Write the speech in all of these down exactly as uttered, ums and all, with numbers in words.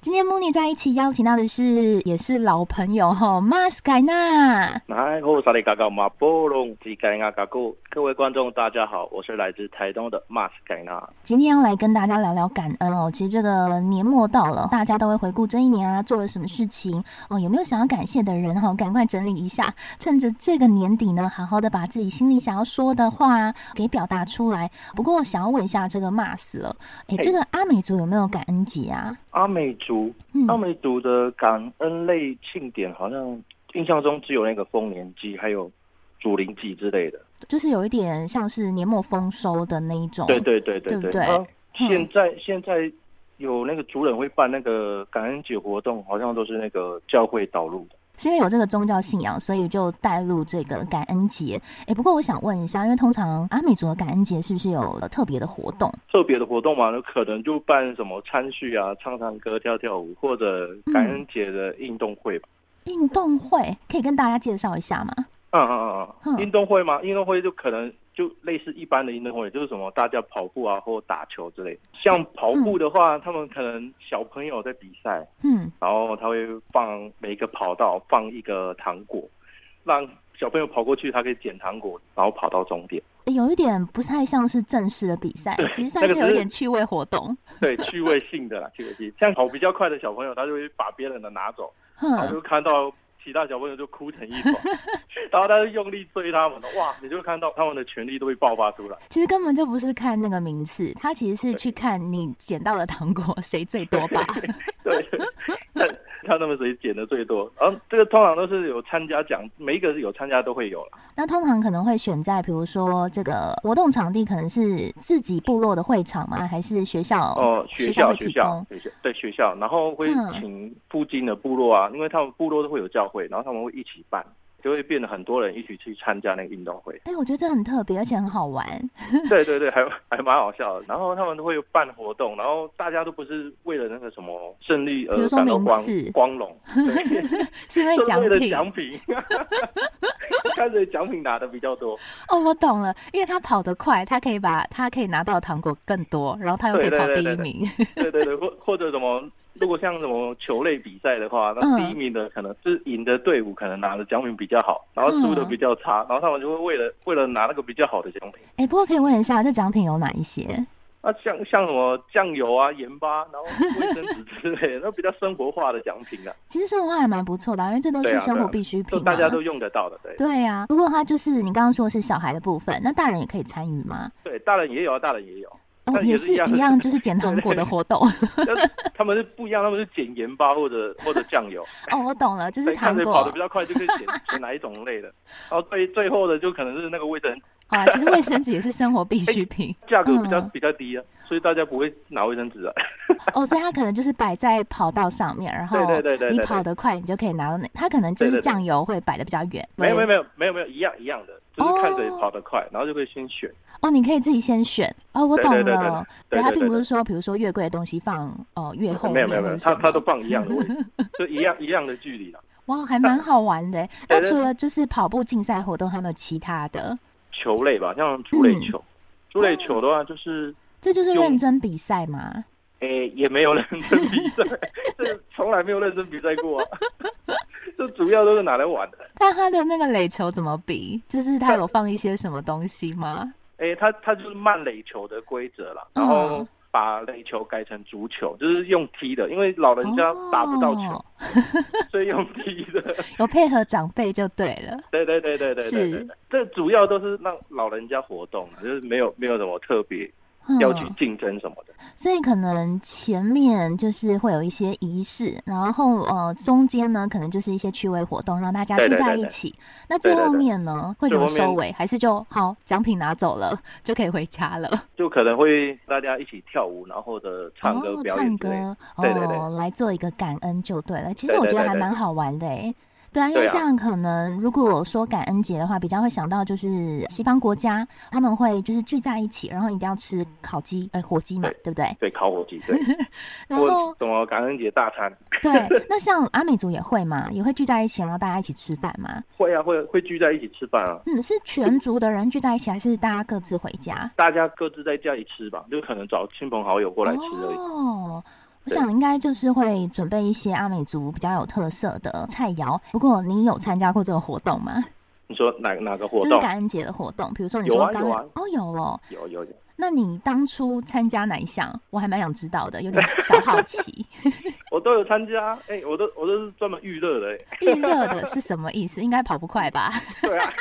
今天 Mooney 在一起邀请到的是也是老朋友哈 Mars 改纳。 嗨，我是里嘎嘎马波隆吉改纳嘎古，各位观众大家好，我是来自台东的 Mars 改纳。 今天要来跟大家聊聊感恩哦。其实这个年末到了，大家都会回顾这一年啊做了什么事情哦，有没有想要感谢的人哈、哦，赶快整理一下，趁着这个年底呢，好好的把自己心里想要说的话给表达出来。不过想要问一下这个 Mars 了，哎，这个阿美族有没有感恩节啊？ 阿美族， 嗯、 阿美族的感恩类庆典好像印象中只有那个丰年祭，还有祖灵祭之类的， 就是有一点像是年末丰收的那一种。 对对对对对, 对, 对、 啊、现在、嗯、现在有那个族人会办那个感恩节活动，好像都是那个教会导入的。 是因为有这个宗教信仰，所以就带入这个感恩节。哎，不过我想问一下，因为通常阿美族的感恩节是不是有特别的活动？ 特别的活动嘛，可能就办什么餐叙啊、唱唱歌、跳跳舞，或者感恩节的运动会吧。 嗯、运动会可以跟大家介绍一下吗？ 嗯嗯嗯嗯，运动会吗？运动会就可能就类似一般的运动会，就是什么大家跑步啊或打球之类的。像跑步的话、嗯、他们可能小朋友在比赛，嗯，然后他会放每个跑道放一个糖果，让小朋友跑过去，他可以捡糖果，然后跑到终点。 有一点不太像是正式的比赛，其实算是有一点趣味活动。 对，趣味性的啦，趣味性。像跑比较快的小朋友，他就会把别人的拿走，然后就看到其他小朋友就哭成一团，然后他就用力追他们，哇！你就看到他们的权力都会爆发出来。 其实根本就不是看那个名次，他其实是去看你捡到的糖果谁最多吧。 对，看看他们谁捡的最多。然后这个通常都是有参加奖，每一个有参加都会有了。 那通常可能会选在比如说这个活动场地可能是自己部落的会场吗？还是学校？ 哦，学校学校学校对学校，然后会请附近的部落啊，因为他们部落都会有教会，然后他们会一起办，就会变得很多人一起去参加那个运动会。 哎、欸，我觉得这很特别，而且很好玩。 对对对，还还蛮好笑的。然后他们都会有办活动，然后大家都不是为了那个什么胜利而感到光光荣， 是因为奖品， 为了奖品，看谁奖品拿的比较多。 哦，我懂了，因为他跑得快，他可以把他可以拿到的糖果更多，然后他又可以跑第一名。 对对 对, 对, 对, 对, 对，或或者什么。如果像什么球类比赛的话，那第一名的可能是赢的队伍可能拿的奖品比较好，然后输的比较差，嗯、然后他们就会为了为了拿那个比较好的奖品。 哎、欸，不过可以问一下，这奖品有哪一些？ 那像像什么酱油啊、盐巴，然后卫生纸之类的，那比较生活化的奖品啊。 其实生活化还蛮不错的，因为这都是生活必需品、啊， 大家都用得到的。对。 对呀、啊，不过它就是你刚刚说的是小孩的部分，那大人也可以参与吗？ 对，大人也有啊，大人也有。 哦，也是一样，就是捡糖果的活动。 对对对他们是不一样，他们是捡盐巴或者或者酱油。 哦，我懂了，就是糖果。 跑得比较快就可以捡捡哪一种类的，然后最最后的就可能是那个卫生。 啊，其实卫生纸也是生活必需品， 价格比较、嗯、比较低啊，所以大家不会拿卫生纸啊。 哦，所以它可能就是摆在跑道上面，然后你跑得快，你就可以拿到那。它可能就是酱油会摆得比较远。 没有没有没有没有没有一样一样的，就是看谁跑得快，哦、然后就会先选。 哦，你可以自己先选。哦，我懂了。 对, 对, 对, 对, 对, 对, 对, 对，它并不是说，比如说越贵的东西放呃越后面。 没有没有没有，它它都放一样的位置，就一样一样的距离了。 哇，还蛮好玩的。那除了就是跑步竞赛活动，还有没有其他的？ 球类吧，像足垒球，足垒、嗯、球的话就是， 这就是认真比赛吗？ 诶、欸，也没有认真比赛，这从来没有认真比赛过啊。这主要都是拿来玩的。 那他的那个垒球怎么比？就是他有放一些什么东西吗？ 诶、欸，他他就是慢垒球的规则啦，然后把垒球改成足球，就是用踢的，因为老人家打不到球，哦、所以用踢的。有配合长辈就对了。 对对对对对对对，这主要都是让老人家活动，就是没有没有什么特别要去竞争什么的。 嗯、所以可能前面就是会有一些仪式，然后呃中间呢可能就是一些趣味活动，让大家聚在一起。对对对对，那最后面呢会怎么收尾？还是就好奖品拿走了就可以回家了？ 就可能会大家一起跳舞，然后或者唱歌表演之类的。 哦，唱歌， 对对对， 哦，来做一个感恩就对了。其实我觉得还蛮好玩的诶。对啊，因为像可能如果我说感恩节的话，比较会想到就是西方国家他们会就是聚在一起，然后一定要吃烤鸡，呃，火鸡嘛， 对, 对不对？ 对，烤火鸡，对。然后什么感恩节大餐？ 对，那像阿美族也会吗？也会聚在一起，然后大家一起吃饭吗？ 会啊，会会聚在一起吃饭啊。 嗯，是全族的人聚在一起，还是大家各自回家？ 大家各自在家里吃吧，就可能找亲朋好友过来吃而已。 哦。 我想应该就是会准备一些阿美族比较有特色的菜肴。不过你有参加过这个活动吗？ 你说哪哪个活动？ 就是感恩节的活动，比如说你说刚有啊有啊哦有哦有有有。 那你当初参加哪一项？我还蛮想知道的，有点小好奇。 我都有参加，哎、欸，我都我都是专门预热的、欸。 预热的是什么意思？应该跑不快吧？ 对啊。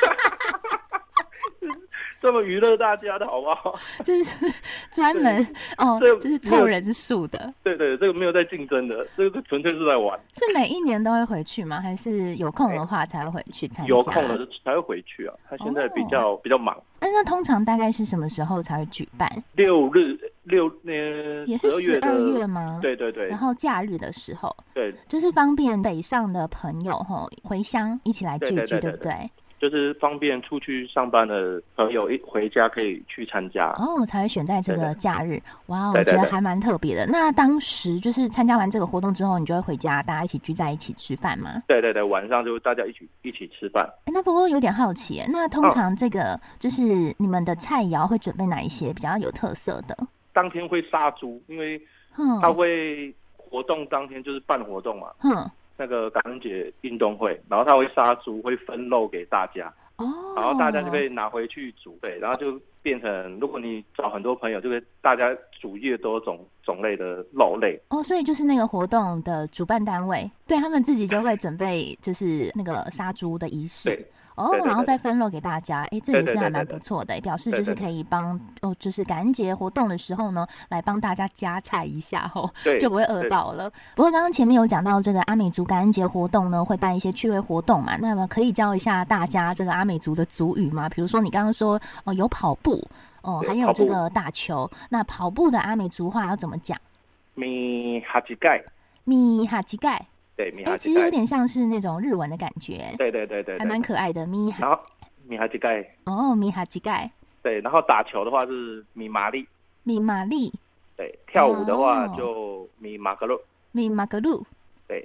这么娱乐大家的好不好？ 就是专门哦，就是凑人数的。 对对，这个没有在竞争的，这个纯粹是在玩。 是每一年都会回去吗？还是有空的话才会回去参加？ 有空的才会回去啊。他现在比较、哦、比较忙。 那那通常大概是什么时候才会举办？ 六日六呃， 也是十二月吗？ 对对对。 然后假日的时候， 对， 就是方便北上的朋友吼回乡一起来聚聚，对, 对, 对, 对, 对不对？ 就是方便出去上班的朋友一回家可以去参加哦，才会选在这个假日。哇，我觉得还蛮特别的。那当时就是参加完这个活动之后，你就会回家，大家一起聚在一起吃饭吗？ 对对对，晚上就大家一起一起吃饭。 那不过有点好奇，那通常这个就是你们的菜肴会准备哪一些比较有特色的？ 当天会杀猪，因为他会活动当天就是办活动嘛。嗯。那个感恩节运动会，然后他会杀猪，会分肉给大家，哦，然后大家就可以拿回去煮，对，然后就变成，如果你找很多朋友，就会大家煮越多种种类的肉类。哦， 所以就是那个活动的主办单位，对他们自己就会准备，就是那个杀猪的仪式。对。哦，对对对对，然后再分肉给大家，哎，这也是还蛮不错的，对对对对，表示就是可以帮哦，就是感恩节活动的时候呢，来帮大家加菜一下吼，就不会饿到了。不过刚刚前面有讲到这个阿美族感恩节活动呢，会办一些趣味活动嘛，那么可以教一下大家这个阿美族的族语吗？比如说你刚刚说哦有跑步哦，还有这个打球，那跑步的阿美族话要怎么讲？ 咪哈吉盖， 咪哈吉盖。 对，米哈吉盖， 其实有点像是那种日文的感觉。 对对对 对, 对， 还蛮可爱的。米哈， 然后米哈吉盖。 哦，米哈吉盖。 对，然后打球的话是米玛丽。 米玛丽。 对，跳舞的话就米马格鲁。 米马格鲁。 对。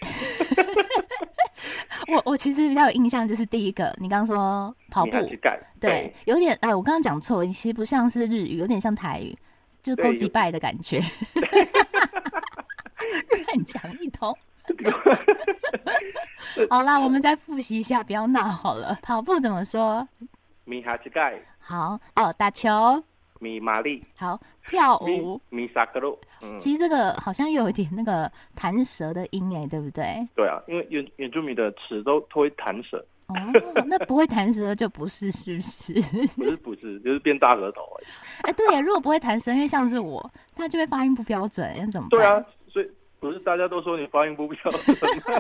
我我其实比较有印象，就是第一个，你刚刚说跑步。 米哈吉盖。 对，有点哎，我刚刚讲错，其实不像是日语，有点像台语，就勾几拜的感觉。乱讲一通。好啦，我们再复习一下，不要闹好了。跑步怎么说？ 米哈吉盖。 好哦，打球。 米玛丽。 好，跳舞。 米萨格鲁。 嗯，其实这个好像又有一点那个弹舌的音哎，对不对？ 对啊，因为原原住民的词都都会弹舌。 哦，那不会弹舌就不是，是不是？ 不是不是，就是变大舌头而已。 哎，对呀，如果不会弹舌，因为像是我，他就会发音不标准，那怎么办？ 对啊，所以不是大家都说你发音不标准。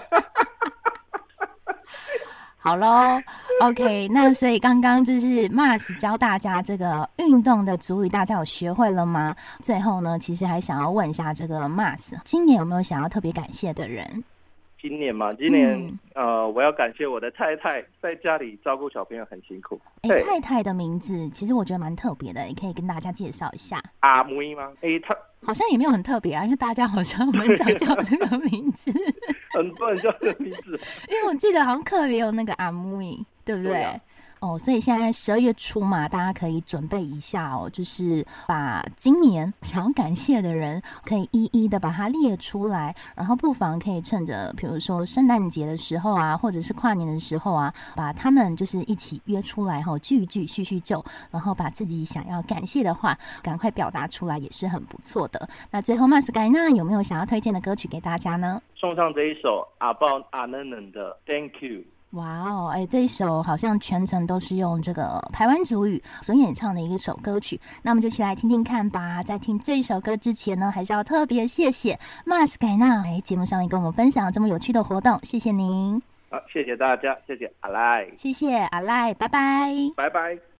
好咯 OK， 那所以刚刚就是 Mars 教大家这个运动的族语，大家有学会了吗？最后呢，其实还想要问一下这个 Mars， 今年有没有想要特别感谢的人？ 今年嘛，今年、嗯、呃，我要感谢我的太太，在家里照顾小朋友很辛苦。 哎，太太的名字其实我觉得蛮特别的，也可以跟大家介绍一下。 阿妹吗？哎，她好像也没有很特别啊，因为大家好像蛮常叫这个名字， 很多人叫这个名字。 因为我记得好像课别有那个阿妹，对不对？对啊，哦，所以现在十二月初嘛，大家可以准备一下哦，就是把今年想要感谢的人，可以一一的把它列出来，然后不妨可以趁着比如说圣诞节的时候啊，或者是跨年的时候啊，把他们就是一起约出来哈，聚一聚叙叙旧，然后把自己想要感谢的话赶快表达出来，也是很不错的。那最后 Mars 盖纳有没有想要推荐的歌曲给大家呢？ 送上这一首阿豹阿嫩嫩的 Thank You。 哇哦，哎，这一首好像全程都是用这个排湾族语所演唱的一首歌曲，那我们就一起来听听看吧。在听这一首歌之前呢，还是要特别谢谢 Mars 盖纳来节目上面跟我们分享这么有趣的活动，谢谢您。 好，谢谢大家，谢谢阿赖， 谢谢阿赖，拜拜， 拜拜。